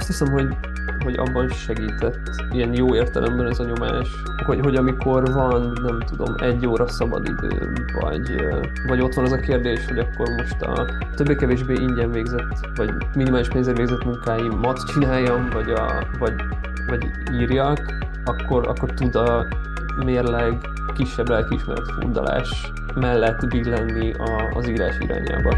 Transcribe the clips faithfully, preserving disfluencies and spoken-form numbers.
hiszem, hogy, hogy abban segített ilyen jó értelemben ez a nyomás, hogy, hogy amikor van, nem tudom, egy óra szabadidőm, vagy, vagy ott van az a kérdés, hogy akkor most a többé-kevésbé ingyen végzett, vagy minimális pénzért végzett munkáimat csináljam, vagy, a, vagy, vagy írjak, akkor, akkor tud a mérleg kisebb lelkiismeret furdalás mellett billenni a, az írás irányába.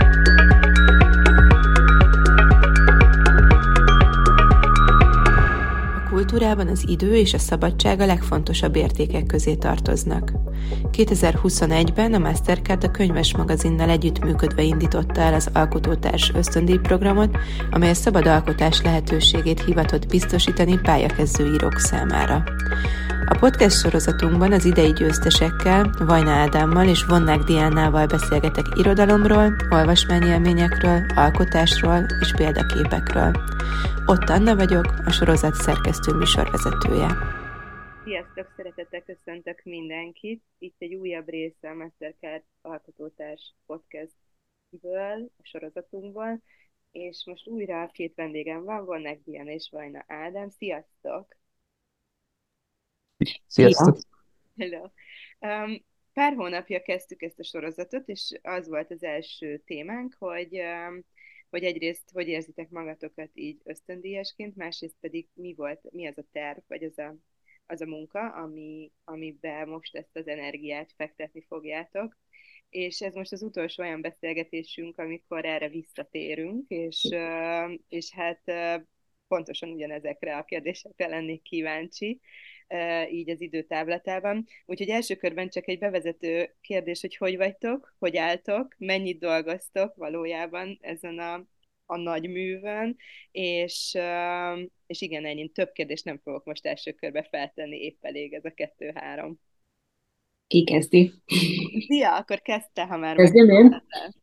A kultúrában az idő és a szabadság a legfontosabb értékek közé tartoznak. kétezer-huszonegyben a Mastercard a Könyves magazinnal együttműködve indította el az Alkotótárs ösztöndíjprogramot, amely a szabad alkotás lehetőségét hivatott biztosítani pályakezdő írók számára. A podcast sorozatunkban az idei győztesekkel, Vajna Ádámmal és Vonnák Diánával beszélgetek irodalomról, olvasmányélményekről, alkotásról és példaképekről. Ott Anna vagyok, a sorozat szerkesztő műsorvezetője. Sziasztok, szeretettel köszöntök mindenkit. Itt egy újabb része a Mastercard Alkotótárs podcastből, a sorozatunkból, és most újra két vendégem van, Vonnák Diana és Vajna Ádám. Sziasztok! Sziasztok! Hello! Um, pár hónapja kezdtük ezt a sorozatot, és az volt az első témánk, hogy, um, hogy egyrészt hogy érzitek magatokat így ösztöndíjasként, másrészt pedig mi volt, mi az a terv, vagy az a, az a munka, ami, amiben most ezt az energiát fektetni fogjátok. És ez most az utolsó olyan beszélgetésünk, amikor erre visszatérünk, és, uh, és hát uh, pontosan ugyanezekre a kérdésekre lennék kíváncsi, így az időtáblatában. Úgyhogy első körben csak egy bevezető kérdés, hogy hogy vagytok, hogy álltok, mennyit dolgoztok valójában ezen a, a nagy művön, és, és igen, ennyi több kérdést nem fogok most első körbe feltenni, épp elég ez a kettő-három. Ki kezdi? Szia, akkor kezdte, ha már Kezdjem én?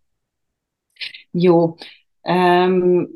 Jó. Um,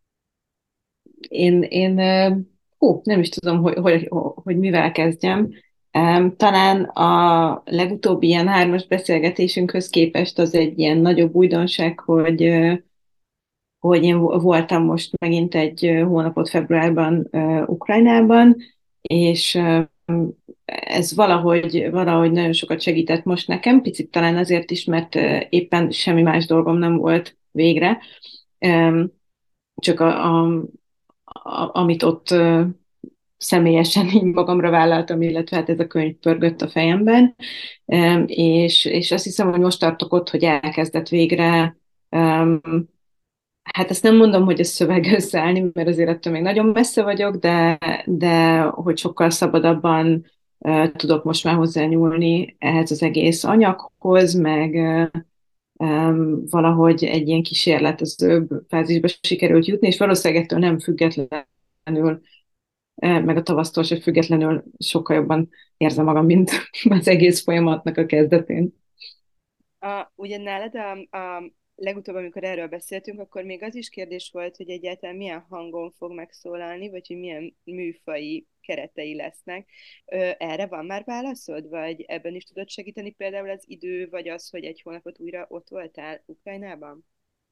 én, én hú, nem is tudom, hogy, hogy, hogy mivel kezdjem. Um, talán a legutóbbi ilyen hármas beszélgetésünkhöz képest az egy ilyen nagyobb újdonság, hogy, hogy én voltam most megint egy hónapot februárban uh, Ukrajnában, és um, ez valahogy, valahogy nagyon sokat segített most nekem, picit talán azért is, mert uh, éppen semmi más dolgom nem volt végre. Um, csak a, a A, amit ott uh, személyesen így magamra vállaltam, illetve hát ez a könyv pörgött a fejemben, um, és, és azt hiszem, hogy most tartok ott, hogy elkezdett végre, um, hát ezt nem mondom, hogy a szöveg összeállni, mert azért attól még nagyon messze vagyok, de, de hogy sokkal szabadabban uh, tudok most már hozzányúlni ehhez az egész anyaghoz, meg uh, um, valahogy egy ilyen kísérletezőbb fázisba sikerült jutni, és valószínűleg ettől nem függetlenül, meg a tavasztól se függetlenül sokkal jobban érzem magam, mint az egész folyamatnak a kezdetén. A, ugye nálad a, a legutóbb, amikor erről beszéltünk, akkor még az is kérdés volt, hogy egyáltalán milyen hangon fog megszólalni, vagy hogy milyen műfaji keretei lesznek. Erre van már válaszod, vagy ebben is tudod segíteni például az idő, vagy az, hogy egy hónapot újra ott voltál Ukrajnában?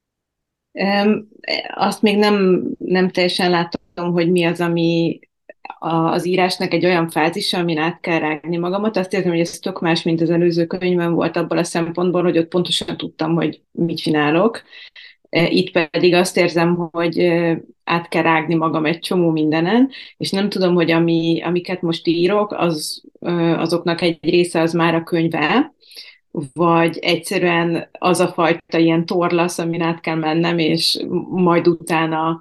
Um, azt még nem, nem teljesen látom, hogy mi az, ami az írásnak egy olyan fázisa, amin át kell rágni magamat. Azt érzem, hogy ez tök más, mint az előző könyvben volt abból a szempontból, hogy ott pontosan tudtam, hogy mit csinálok. Itt pedig azt érzem, hogy át kell rágni magam egy csomó mindenen, és nem tudom, hogy ami, amiket most írok, az, azoknak egy része az már a könyve, vagy egyszerűen az a fajta ilyen torlasz, amin át kell mennem, és majd utána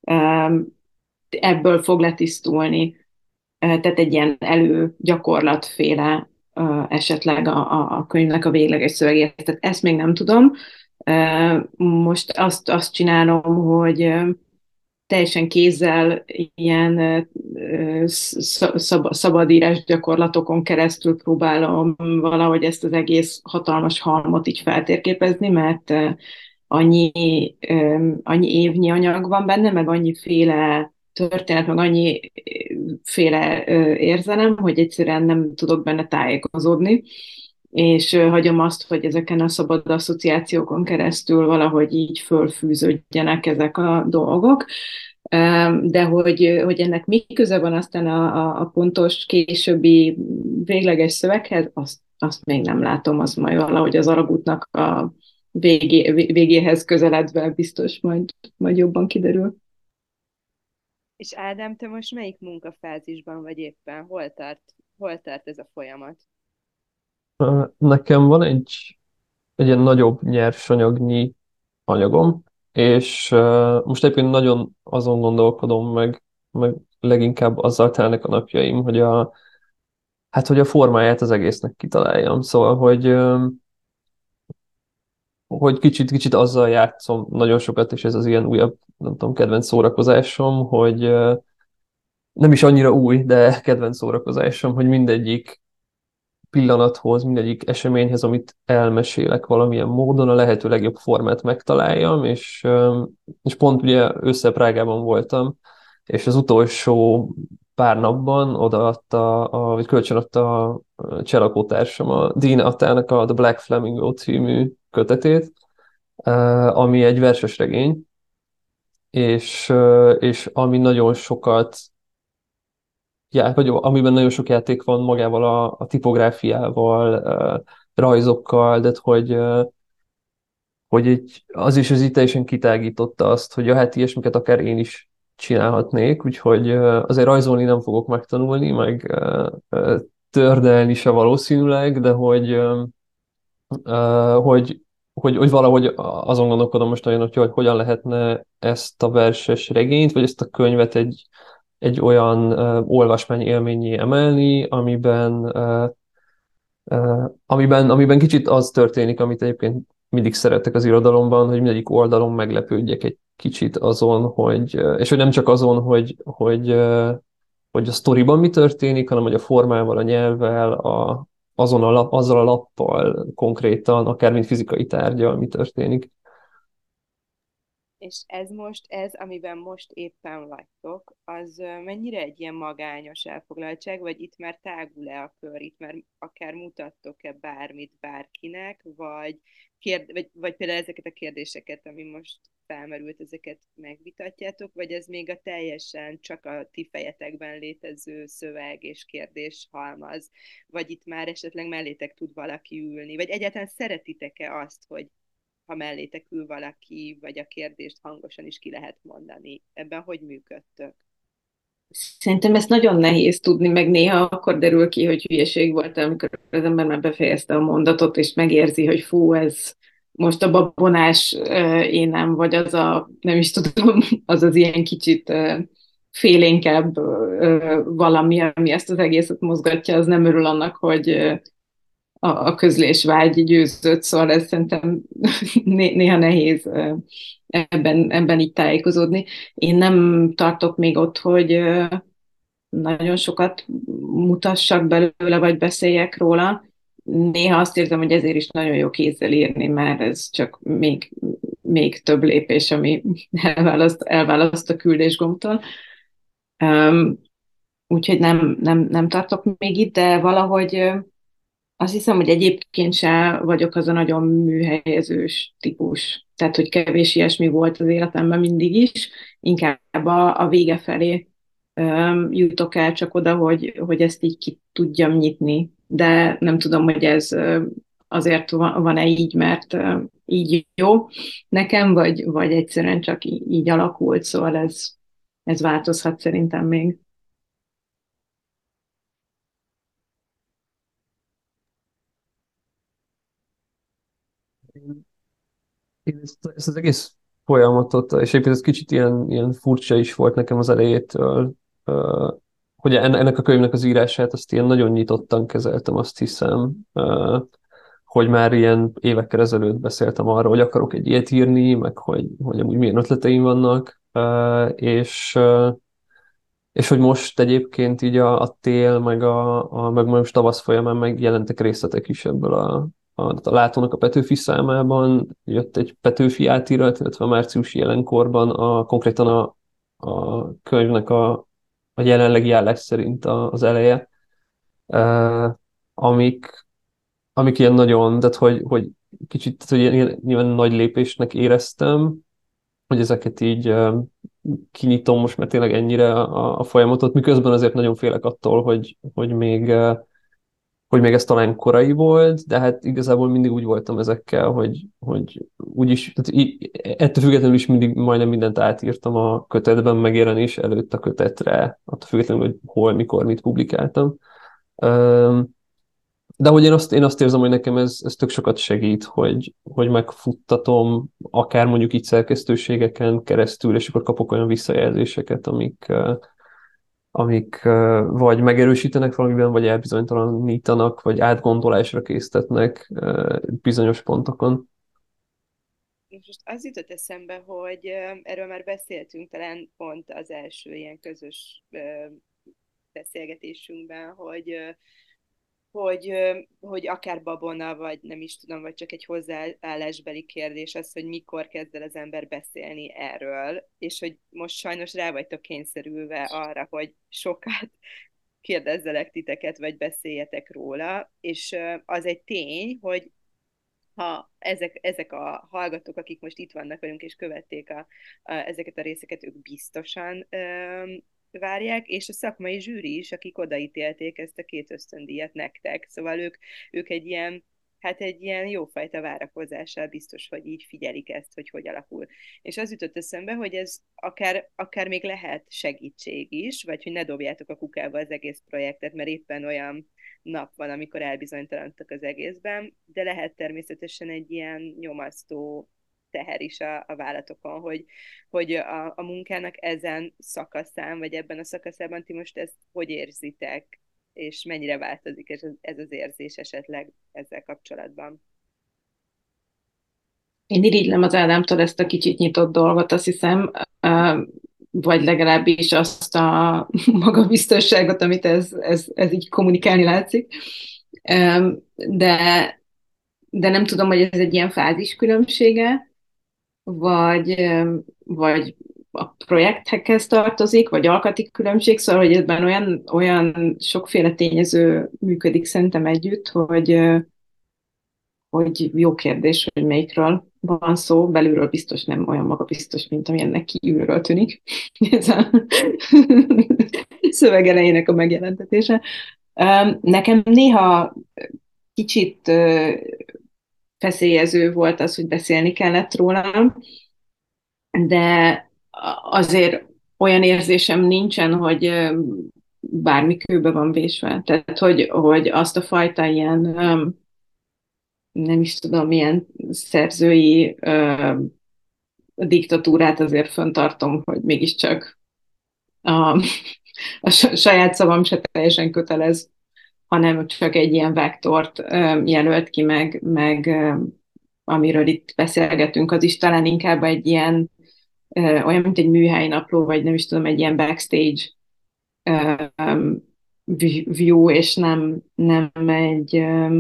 ebből fog letisztulni. Tehát egy ilyen előgyakorlatféle esetleg a, a, a könyvnek a végleges szövegét. Tehát ezt még nem tudom. Most azt, azt csinálom, hogy teljesen kézzel ilyen szab, szabadírás gyakorlatokon keresztül próbálom valahogy ezt az egész hatalmas halmot így feltérképezni, mert annyi, annyi évnyi anyag van benne, meg annyiféle történet, meg annyiféle érzelem, hogy egyszerűen nem tudok benne tájékozódni, és hagyom azt, hogy ezeken a szabad asszociációkon keresztül valahogy így fölfűződjenek ezek a dolgok. de hogy, hogy ennek mi köze van aztán a, a, a pontos későbbi végleges szöveghez, azt, azt még nem látom, az majd valahogy az alagútnak a végé, végéhez közeledve biztos majd, majd jobban kiderül. És Ádám, te most melyik munkafázisban vagy éppen? Hol tart, hol tart ez a folyamat? Ö, Nekem van egy, egy ilyen nagyobb nyersanyagnyi anyagom, és ö, most egyébként nagyon azon gondolkodom, meg, meg leginkább azzal telnek a napjaim, hogy a, hát, hogy a formáját az egésznek kitaláljam. Szóval, hogy, ö, hogy kicsit, kicsit azzal játszom nagyon sokat, és ez az ilyen újabb, nem tudom, kedvenc szórakozásom, hogy ö, nem is annyira új, de kedvenc szórakozásom, hogy mindegyik pillanathoz, mindegyik eseményhez, amit elmesélek valamilyen módon, a lehető legjobb formát megtaláljam, és, öm, és pont ugye össze Prágában voltam, és az utolsó pár napban odaadta, a, vagy kölcsönadta a cselakótársam a Dean Attának a The Black Flamingo című kötetét, eh, ami egy verses regény, és, eh, és ami nagyon sokat já, vagy amiben nagyon sok játék van magával a, a tipográfiával, uh, rajzokkal, de hogy, uh, hogy egy, az is az így teljesen kitágította azt, hogy ja, hát ilyesmiket akár én is csinálhatnék, úgyhogy uh, azért rajzolni nem fogok megtanulni, meg uh, uh, tördelni se valószínűleg, de hogy, um, uh, hogy, hogy, hogy valahogy azon gondolkodom most nagyon, hogy, hogy hogyan lehetne ezt a verses regényt, vagy ezt a könyvet egy egy olyan uh, olvasmány élményé emelni, amiben, uh, uh, amiben, amiben kicsit az történik, amit egyébként mindig szeretek az irodalomban, hogy mindegyik oldalon meglepődjek egy kicsit azon, hogy, uh, és hogy nem csak azon, hogy, hogy, uh, hogy a sztoriban mi történik, hanem hogy a formával, a nyelvvel, a, azon a lap, azzal a lappal konkrétan, akár mint fizikai tárgyal mi történik. És ez most, ez, amiben most éppen vagytok, az ö, mennyire egy ilyen magányos elfoglaltság, vagy itt már tágul-e a kör, itt már akár mutattok-e bármit bárkinek, vagy, kérd, vagy, vagy például ezeket a kérdéseket, ami most felmerült, ezeket megvitatjátok, vagy ez még a teljesen csak a ti fejetekben létező szöveg és kérdés halmaz, vagy itt már esetleg mellétek tud valaki ülni, vagy egyáltalán szeretitek-e azt, hogy ha mellétek ül valaki, vagy a kérdést hangosan is ki lehet mondani. Ebben hogy működtök? Szerintem ezt nagyon nehéz tudni, meg néha akkor derül ki, hogy hülyeség volt, amikor az ember már befejezte a mondatot, és megérzi, hogy fú, ez most a babonás uh, én nem, vagy az a, nem is tudom, az az ilyen kicsit uh, félénkebb uh, valami, ami ezt az egészet mozgatja, az nem örül annak, hogy uh, a, a közlésvágy győzött, szóval ez szerintem né- néha nehéz uh, ebben, ebben így tájékozódni. Én nem tartok még ott, hogy uh, nagyon sokat mutassak belőle, vagy beszéljek róla. Néha azt érzem, hogy ezért is nagyon jó kézzel írni, mert ez csak még, még több lépés, ami elválaszt, elválaszt a küldésgombtól. Um, úgyhogy nem, nem, nem tartok még itt, de valahogy ö, azt hiszem, hogy egyébként se vagyok az a nagyon műhelyezős típus. Tehát, hogy kevés ilyesmi volt az életemben mindig is, inkább a, a vége felé öm, jutok el csak oda, hogy, hogy ezt így ki tudjam nyitni. De nem tudom, hogy ez ö, azért van- van-e így, mert ö, így jó nekem, vagy, vagy egyszerűen csak így, így alakult, szóval ez, ez változhat szerintem még. Én ezt, ezt az egész folyamatot, és egyébként ez kicsit ilyen, ilyen furcsa is volt nekem az elejétől, ö, hogy en- ennek a könyvnek az írását azt ilyen nagyon nyitottan kezeltem, azt hiszem, ö, hogy már ilyen évekkel ezelőtt beszéltem arról, hogy akarok egy ilyet írni, meg hogy, hogy amúgy milyen ötleteim vannak, ö, és, ö, és hogy most egyébként így a, a tél, meg, a, a, meg most tavasz folyamán megjelentek részletek is ebből a, a, a Látónak a Petőfi számában, jött egy Petőfi átirat, illetve a márciusi jelenkorban a, konkrétan a, a könyvnek a, a jelenlegi állás szerint a, az eleje, e, amik, amik ilyen nagyon, tehát hogy, hogy kicsit hogy ilyen, ilyen, nyilván nagy lépésnek éreztem, hogy ezeket így kinyitom most már tényleg ennyire a, a folyamatot, miközben azért nagyon félek attól, hogy, hogy még hogy még ez talán korai volt, de hát igazából mindig úgy voltam ezekkel, hogy, hogy úgyis, tehát í- ettől függetlenül is mindig majdnem mindent átírtam a kötetben megjelenés előtt a kötetre, attól függetlenül, hogy hol, mikor, mit publikáltam. Üm, De hogy én azt, én azt érzem, hogy nekem ez, ez tök sokat segít, hogy, hogy megfuttatom, akár mondjuk így szerkesztőségeken keresztül, és akkor kapok olyan visszajelzéseket, amik, amik ö, vagy megerősítenek valamiben, vagy elbizonytalanítanak, vagy átgondolásra késztetnek ö, bizonyos pontokon. Most az jutott eszembe, hogy ö, erről már beszéltünk talán pont az első ilyen közös ö, beszélgetésünkben, hogy ö, hogy, ö, hogy akár babona, vagy nem is tudom, vagy csak egy hozzáállásbeli kérdés az, hogy mikor kezd el az ember beszélni erről, és hogy most sajnos rá vagytok kényszerülve arra, hogy sokat kérdezzelek titeket, vagy beszéljetek róla, és ö, az egy tény, hogy ha ezek, ezek a hallgatók, akik most itt vannak velünk és követték a, a, ezeket a részeket, ők biztosan öm, várják, és a szakmai zsűri is, akik odaítélték ezt a két ösztöndíjat nektek. Szóval ők, ők egy ilyen, hát egy ilyen jófajta várakozással biztos, hogy így figyelik ezt, hogy hogy alakul. És az jutott eszembe, hogy ez akár, akár még lehet segítség is, vagy hogy ne dobjátok a kukába az egész projektet, mert éppen olyan nap van, amikor elbizonytalanodtak az egészben, de lehet természetesen egy ilyen nyomasztó teher is a, a vállatokon, hogy, hogy a, a munkának ezen szakaszán, vagy ebben a szakaszában ti most ezt hogy érzitek, és mennyire változik ez, ez az érzés esetleg ezzel kapcsolatban? Én irigylem az Ádámtól ezt a kicsit nyitott dolgot, azt hiszem, ö, vagy legalábbis azt a magabiztosságot, amit ez, ez, ez így kommunikálni látszik. Ö, De, de nem tudom, hogy ez egy ilyen fázis különbsége, vagy, ö, vagy a projekthez tartozik, vagy alkati különbség, szóval, hogy ebben olyan, olyan sokféle tényező működik szerintem együtt, hogy, ö, hogy jó kérdés, hogy melyikről van szó, belülről biztos nem olyan magabiztos, mint amilyennek kívülről tűnik. Ez a szöveg elejének a megjelentetése. Nekem néha kicsit feszélyező volt az, hogy beszélni kellett rólam, de azért olyan érzésem nincsen, hogy bármi kőbe van vésve. Tehát, hogy, hogy azt a fajta ilyen nem is tudom, milyen szerzői ö, diktatúrát azért föntartom, hogy mégiscsak a, a saját szavam se teljesen kötelez, hanem csak egy ilyen vektort ö, jelölt ki, meg, meg ö, amiről itt beszélgetünk, az is talán inkább egy ilyen ö, olyan, mint egy műhelyi napló, vagy nem is tudom, egy ilyen backstage ö, view, és nem, nem egy ö,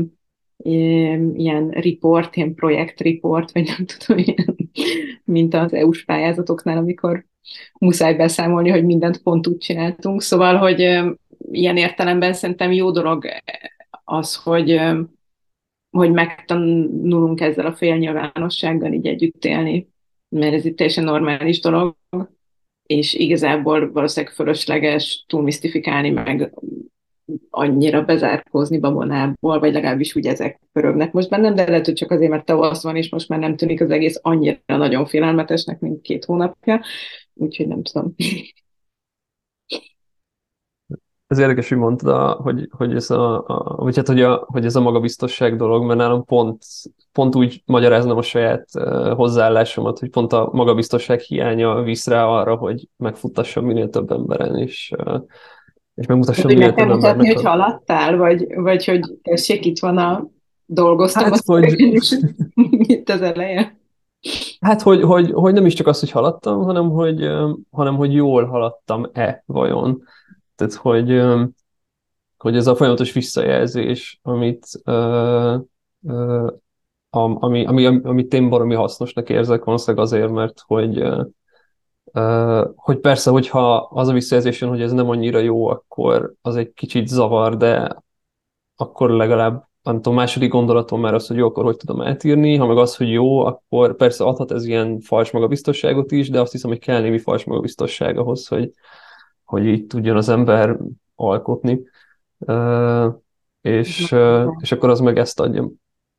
ilyen report, ilyen projekt report, vagy nem tudom, ilyen, mint az é u-s pályázatoknál, amikor muszáj beszámolni, hogy mindent pont úgy csináltunk. Szóval, hogy ilyen értelemben szerintem jó dolog az, hogy, hogy megtanulunk ezzel a félnyilvánossággal így együtt élni, mert ez itt teljesen normális dolog, és igazából valószínűleg fölösleges túl misztifikálni, meg annyira bezárkózni babonából, vagy legalábbis úgy ezek pörögnek most bennem, de lehet, hogy csak azért, mert tavasz van, és most már nem tűnik az egész annyira nagyon félelmetesnek, mint két hónapja, úgyhogy nem tudom. Ez érdekes, hogy mondtad, a, hogy, hogy, ez a, a, vagy hát, hogy, a, hogy ez a magabiztosság dolog, mert nálam pont, pont úgy magyaráznám a saját uh, hozzáállásomat, hogy pont a magabiztosság hiánya visz rá arra, hogy megfuttassam minél több emberen, és, uh, és megmutassam Hogy minél meg kell több mutatni, embernek. hogy A... haladtál, vagy, vagy hogy tessék, itt van a dolgoztam, Hát, azt hogy, itt az eleje. hát hogy, hogy, hogy nem is csak az, hogy haladtam, hanem hogy, um, hanem hogy jól haladtam-e vajon. Tehát, hogy, um, hogy ez a folyamatos visszajelzés, amit, uh, uh, am- ami, ami, amit én baromi hasznosnak érzek, valószínűleg azért, mert hogy, uh, uh, hogy persze, hogyha az a visszajelzés jön, hogy ez nem annyira jó, akkor az egy kicsit zavar, de akkor legalább nem tudom, második gondolatom már az, hogy jó, akkor hogy tudom átírni, ha meg az, hogy jó, akkor persze adhat ez ilyen fals magabiztosságot is, de azt hiszem, hogy kell némi fals magabiztosság ahhoz, hogy, hogy így tudjon az ember alkotni. Uh, és, uh, és akkor az meg ezt adja.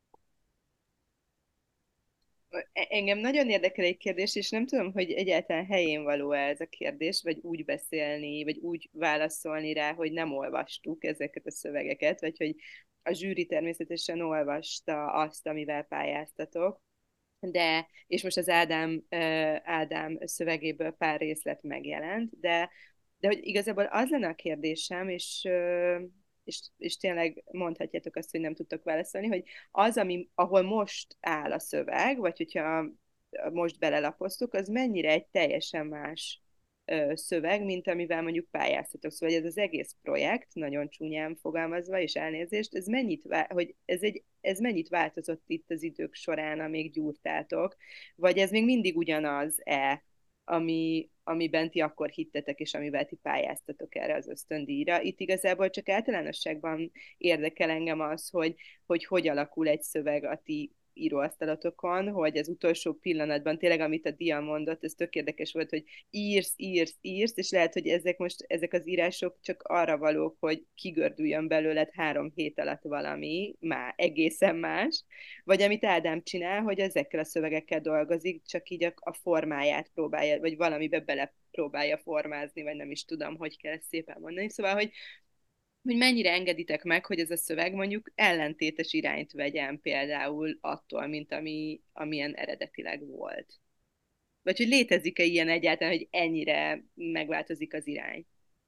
E- Engem nagyon érdekel egy kérdés, és nem tudom, hogy egyáltalán helyén való-e ez a kérdés, vagy úgy beszélni, vagy úgy válaszolni rá, hogy nem olvastuk ezeket a szövegeket, vagy hogy a zsűri természetesen olvasta azt, amivel pályáztatok, de, és most az Ádám, ö, Ádám szövegéből pár részlet megjelent, de, de hogy igazából az lenne a kérdésem, és, ö, és, és tényleg mondhatjátok azt, hogy nem tudtok válaszolni, hogy az, ami, ahol most áll a szöveg, vagy hogyha most belelapoztuk, az mennyire egy teljesen más ö, szöveg, mint amivel mondjuk pályáztatok. Szóval ez az egész projekt, nagyon csúnyán fogalmazva, és elnézést, ez mennyit, vá- hogy ez, egy, ez mennyit változott itt az idők során, amíg gyúrtátok, vagy ez még mindig ugyanaz-e, ami, amiben ti akkor hittetek, és amivel ti pályáztatok erre az ösztöndíjra. Itt igazából csak általánosságban érdekel engem az, hogy hogy, hogy alakul egy szöveg a ti íróasztalatokon, hogy az utolsó pillanatban tényleg, amit a Dia mondott, ez tök érdekes volt, hogy írsz, írsz, írsz, és lehet, hogy ezek most, ezek az írások csak arra valók, hogy kigördüljön belőled három hét alatt valami, már egészen más, vagy amit Ádám csinál, hogy ezekkel a szövegekkel dolgozik, csak így a, a formáját próbálja, vagy valamibe bele próbálja formázni, vagy nem is tudom, hogy kell ezt szépen mondani. Szóval, hogy hogy mennyire engeditek meg, hogy ez a szöveg mondjuk ellentétes irányt vegyen például attól, mint ami, amilyen eredetileg volt. Vagy hogy létezik-e ilyen egyáltalán, hogy ennyire megváltozik az irány?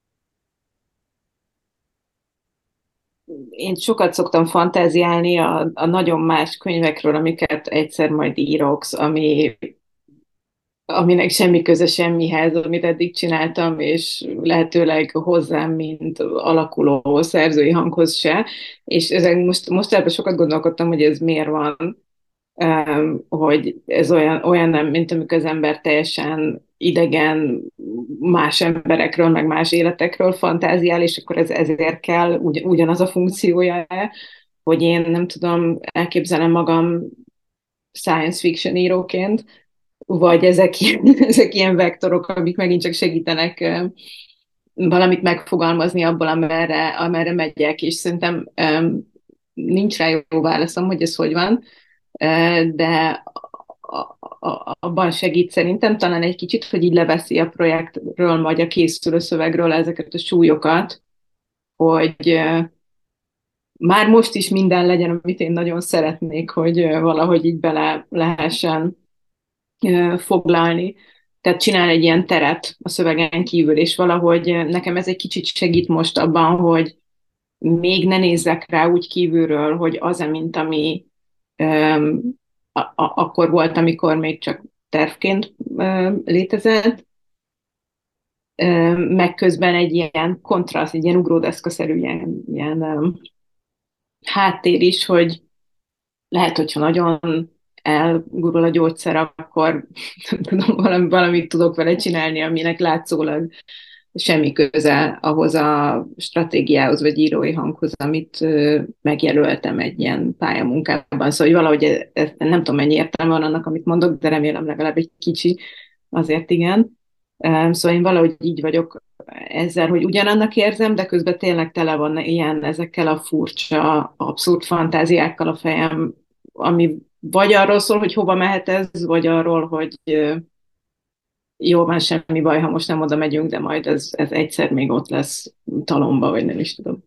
Én sokat szoktam fantáziálni a, a nagyon más könyvekről, amiket egyszer majd írok, ami, aminek semmi köze semmihez, amit eddig csináltam, és lehetőleg hozzám, mint alakuló szerzői hanghoz se. És ezen most, most ebben sokat gondolkodtam, hogy ez miért van, um, hogy ez olyan, olyan nem, mint amikor az ember teljesen idegen más emberekről, meg más életekről fantáziál, és akkor ez ezért kell, ugy, ugyanaz a funkciója, hogy én nem tudom, elképzelem magam science fiction íróként, vagy ezek ilyen, ezek ilyen vektorok, amik megint csak segítenek ö, valamit megfogalmazni abból, amerre, amerre megyek, és szerintem ö, nincs rá jó válaszom, hogy ez hogy van, ö, de a- a- abban segít szerintem talán egy kicsit, hogy így leveszi a projektről, vagy a készülő szövegről ezeket a súlyokat, hogy ö, már most is minden legyen, amit én nagyon szeretnék, hogy ö, valahogy így bele lehessen ö, foglalni. Tehát csinál egy ilyen teret a szövegen kívül, és valahogy nekem ez egy kicsit segít most abban, hogy még ne nézzek rá úgy kívülről, hogy az-e, mint ami öm, a- a- akkor volt, amikor még csak tervként öm, létezett, öm, meg közben egy ilyen kontraszt, egy ilyen ugródeszkaszerű ilyen, ilyen öm, háttér is, hogy lehet, hogyha nagyon elgurul a gyógyszer, akkor nem tudom, valami, valamit tudok vele csinálni, aminek látszólag semmi köze ahhoz a stratégiához, vagy írói hanghoz, amit ö, megjelöltem egy ilyen pályamunkában. Szóval hogy valahogy ez, ez, nem tudom, mennyi értelme van annak, amit mondok, de remélem legalább egy kicsi, azért igen. Ö, Szóval én valahogy így vagyok ezzel, hogy ugyanannak érzem, de közben tényleg tele van ilyen ezekkel a furcsa, abszurd fantáziákkal a fejem, ami vagy arról szól, hogy hova mehet ez, vagy arról, hogy ö, jó, van, semmi baj, ha most nem oda megyünk, de majd ez, ez egyszer még ott lesz talomba, vagy nem is tudom.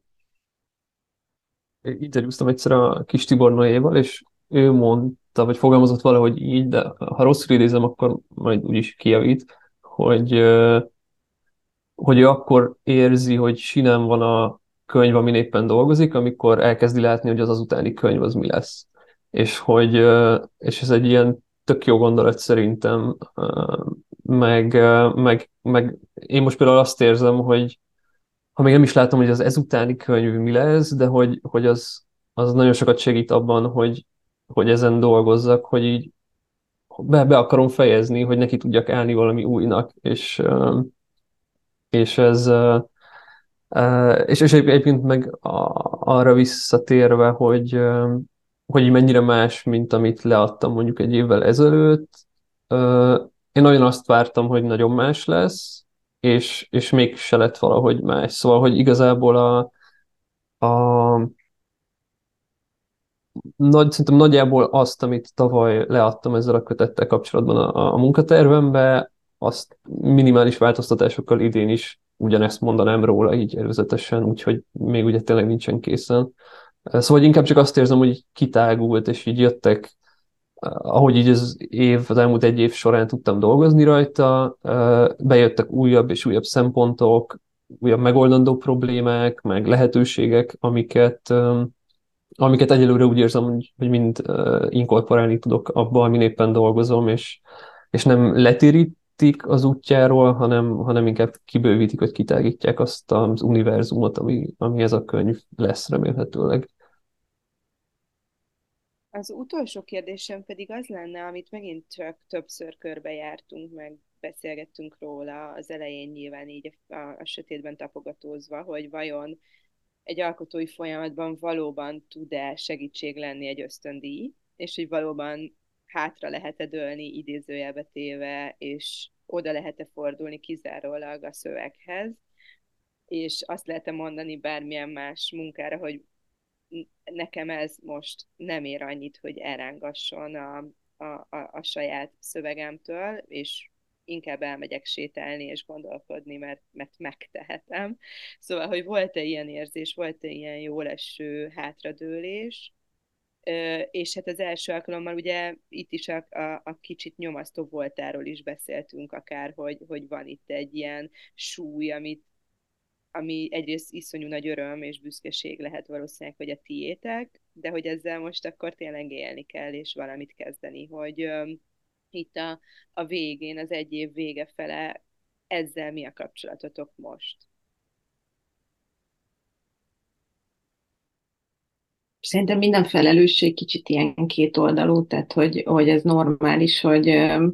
Interjúztam egyszer a Kis Tibor Noéval, és ő mondta, vagy fogalmazott valahogy így, de ha rosszul idézem, akkor majd úgyis kijavít, hogy, ö, hogy ő akkor érzi, hogy sinem van a könyv, amin éppen dolgozik, amikor elkezdi látni, hogy az az utáni könyv az mi lesz. És hogy, ö, és ez egy ilyen tök jó gondolat szerintem, ö, meg, ö, meg, meg én most például azt érzem, hogy ha még nem is látom, hogy az ezutáni könyv mi lesz, de hogy, hogy az, az nagyon sokat segít abban, hogy, hogy ezen dolgozzak, hogy így be, be akarom fejezni, hogy neki tudjak állni valami újnak, és, ö, és ez, ö, És, és egyébként meg a, arra visszatérve, hogy, hogy mennyire más, mint amit leadtam mondjuk egy évvel ezelőtt. Én nagyon azt vártam, hogy nagyon más lesz, és, és mégse lett valahogy más. Szóval, hogy igazából a, a nagy, szerintem nagyjából azt, amit tavaly leadtam ezzel a kötettel kapcsolatban a, a munkatervembe, azt minimális változtatásokkal idén is ugyanezt mondanám róla, így előzetesen, úgyhogy még ugye tényleg nincsen készen. Szóval inkább csak azt érzem, hogy így kitágult, és így jöttek, ahogy így az év, az elmúlt egy év során tudtam dolgozni rajta, bejöttek újabb és újabb szempontok, újabb megoldandó problémák, meg lehetőségek, amiket amiket egyelőre úgy érzem, hogy hogy mind uh, inkorporálni tudok abba, amin éppen dolgozom, és, és nem letérítik az útjáról, hanem, hanem inkább kibővítik, vagy kitágítják azt az univerzumot, ami, ami ez a könyv lesz remélhetőleg. Az utolsó kérdésem pedig az lenne, amit megint csak többször körbejártunk, meg beszélgettünk róla az elején nyilván így a, a, a sötétben tapogatózva, hogy vajon egy alkotói folyamatban valóban tud-e segítség lenni egy ösztöndíj, és hogy valóban hátra lehet-e dőlni idézőjelbe téve, és oda lehet-e fordulni kizárólag a szöveghez, és azt lehet-e mondani bármilyen más munkára, hogy nekem ez most nem ér annyit, hogy elrángasson a, a, a, a saját szövegemtől, és inkább elmegyek sétálni és gondolkodni, mert, mert megtehetem. Szóval, hogy volt-e ilyen érzés, volt-e ilyen jól eső hátradőlés, és hát az első alkalommal ugye itt is a, a, a kicsit nyomasztó voltáról is beszéltünk akár, hogy, hogy van itt egy ilyen súly, amit ami egyrészt iszonyú nagy öröm és büszkeség lehet valószínűleg, hogy a tiétek, de hogy ezzel most akkor tényleg élni kell, és valamit kezdeni, hogy um, itt a, a végén, az egy év vége fele, ezzel mi a kapcsolatotok most? Szerintem minden felelősség kicsit ilyen kétoldalú, tehát hogy, hogy ez normális, hogy, ö,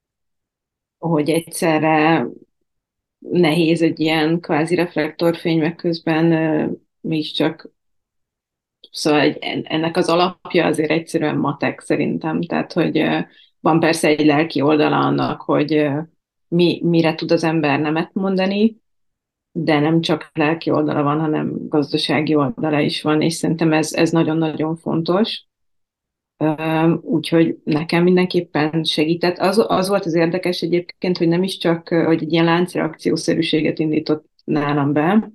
hogy egyszerre nehéz egy ilyen kvázi reflektorfény, meg közben ö, mégiscsak, szóval egy, ennek az alapja azért egyszerűen matek szerintem, tehát hogy ö, van persze egy lelki oldala annak, hogy ö, mi, mire tud az ember nemet mondani, de nem csak lelki oldala van, hanem gazdasági oldala is van, és szerintem ez, ez nagyon-nagyon fontos. Üm, Úgyhogy nekem mindenképpen segített. Az, az volt az érdekes egyébként, hogy nem is csak, hogy egy ilyen láncreakciószerűséget indított nálam be,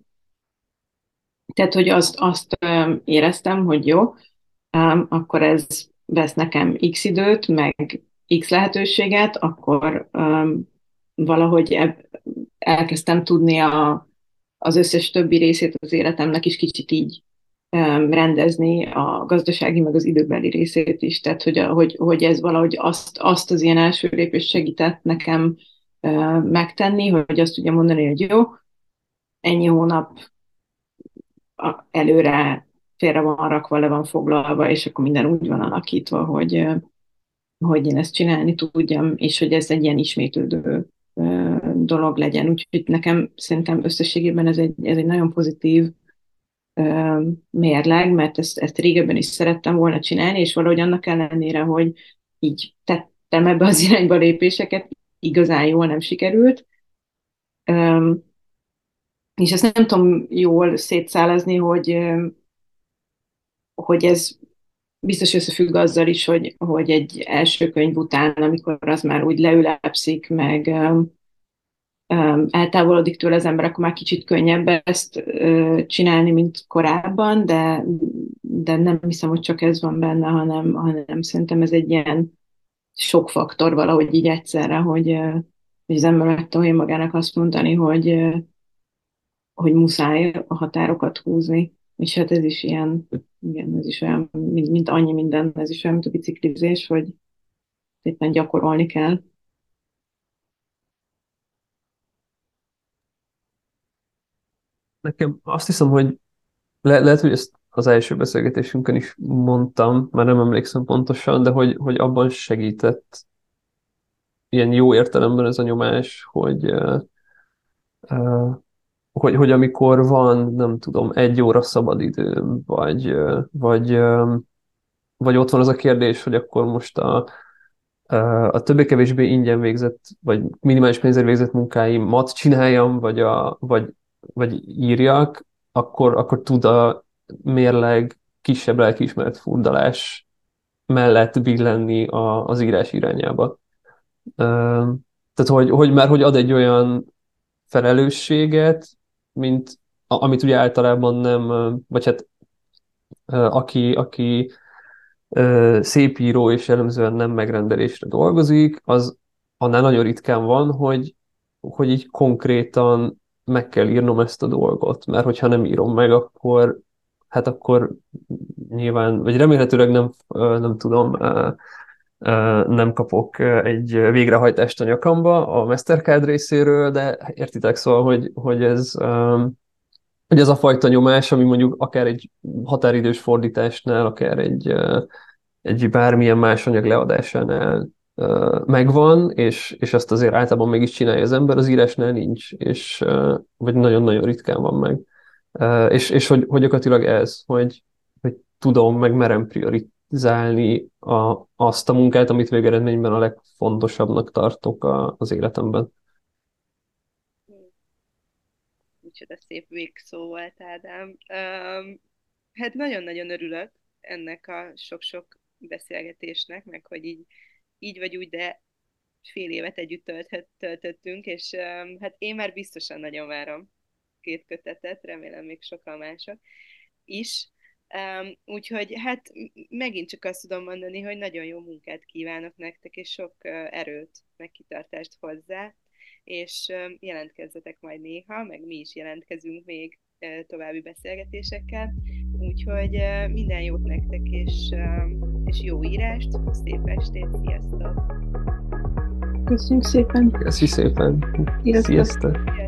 tehát, hogy azt, azt üm, éreztem, hogy jó, üm, akkor ez vesz nekem X időt, meg X lehetőséget, akkor üm, valahogy eb- elkezdtem tudni a, az összes többi részét az életemnek is kicsit így um, rendezni, a gazdasági, meg az időbeli részét is. Tehát, hogy, a- hogy, hogy ez valahogy azt, azt az ilyen első lépést segített nekem uh, megtenni, hogy azt tudja mondani, hogy jó, ennyi hónap a- előre félre van rakva, le van foglalva, és akkor minden úgy van alakítva, hogy, uh, hogy én ezt csinálni tudjam, és hogy ez egy ilyen ismétlődő uh, dolog legyen. Úgyhogy nekem szerintem összességében ez egy, ez egy nagyon pozitív uh, mérleg, mert ezt, ezt régebben is szerettem volna csinálni, és valahogy annak ellenére, hogy így tettem ebbe az irányba lépéseket, igazán jól nem sikerült. Um, és ezt nem tudom jól szétszálazni, hogy, um, hogy ez biztos összefügg azzal is, hogy, hogy egy első könyv után, amikor az már úgy leülepszik, meg um, um, eltávolodik tőle az ember, akkor már kicsit könnyebb ezt uh, csinálni, mint korábban, de, de nem hiszem, hogy csak ez van benne, hanem, hanem szerintem ez egy ilyen sok faktor valahogy így egyszerre, hogy, uh, hogy az ember meg tudja magának azt mondani, hogy, uh, hogy muszáj a határokat húzni. És hát ez is ilyen, igen, ez is olyan, mint, mint annyi minden, ez is olyan, mint a biciklizés, hogy éppen gyakorolni kell. Nekem azt hiszem, hogy le, lehet, hogy ezt az első beszélgetésünkön is mondtam, már nem emlékszem pontosan, de hogy, hogy abban segített ilyen jó értelemben ez a nyomás, hogy uh, uh, hogy, hogy amikor van, nem tudom, egy óra szabadidőm, vagy, ö, vagy, ö, vagy ott van az a kérdés, hogy akkor most a, a többé-kevésbé ingyen végzett, vagy minimális pénzért végzett munkáimat csináljam, vagy, a, vagy, vagy írjak, akkor, akkor tud a mérleg kisebb lelkiismeret furdalás mellett billenni a, az írás irányába. Ö, Tehát, hogy, hogy már hogy ad egy olyan felelősséget, mint a- amit ugye általában nem, ö, vagy hát ö, aki, aki ö, szépíró és jellemzően nem megrendelésre dolgozik, az annál nagyon ritkán van, hogy, hogy így konkrétan meg kell írnom ezt a dolgot, mert hogyha nem írom meg, akkor hát akkor nyilván, vagy remélhetőleg nem, ö, nem tudom, ö, ö, nem kapok ö, egy végrehajtást a nyakamba a Mastercard részéről, de értitek, szóval, hogy, hogy ez ö, hogy ez a fajta nyomás, ami mondjuk akár egy határidős fordításnál, akár egy, ö, egy bármilyen más anyag leadásánál ö, megvan, és, és ezt azért általában meg is csinálja az ember, az írásnál nincs, és, ö, vagy nagyon-nagyon ritkán van meg. Ö, És, és hogy, hogy gyakorlatilag ez, hogy, hogy tudom, meg merem prioritizálni a, azt a munkát, amit végeredményben a legfontosabbnak tartok a, az életemben. Micsoda szép végszó volt, Ádám. Um, hát nagyon-nagyon örülök ennek a sok-sok beszélgetésnek, meg hogy így, így vagy úgy, de fél évet együtt tölthet, töltöttünk, és um, hát én már biztosan nagyon várom két kötetet, remélem még sokan mások is. Um, úgyhogy hát megint csak azt tudom mondani, hogy nagyon jó munkát kívánok nektek, és sok uh, erőt, meg kitartást hozzá, és um, jelentkezzetek majd néha, meg mi is jelentkezünk még uh, további beszélgetésekkel. Úgyhogy uh, minden jót nektek, és, um, és jó írást, szép estét, sziasztok! Köszönjük szépen! Köszi szépen! Sziasztok! Sziasztok!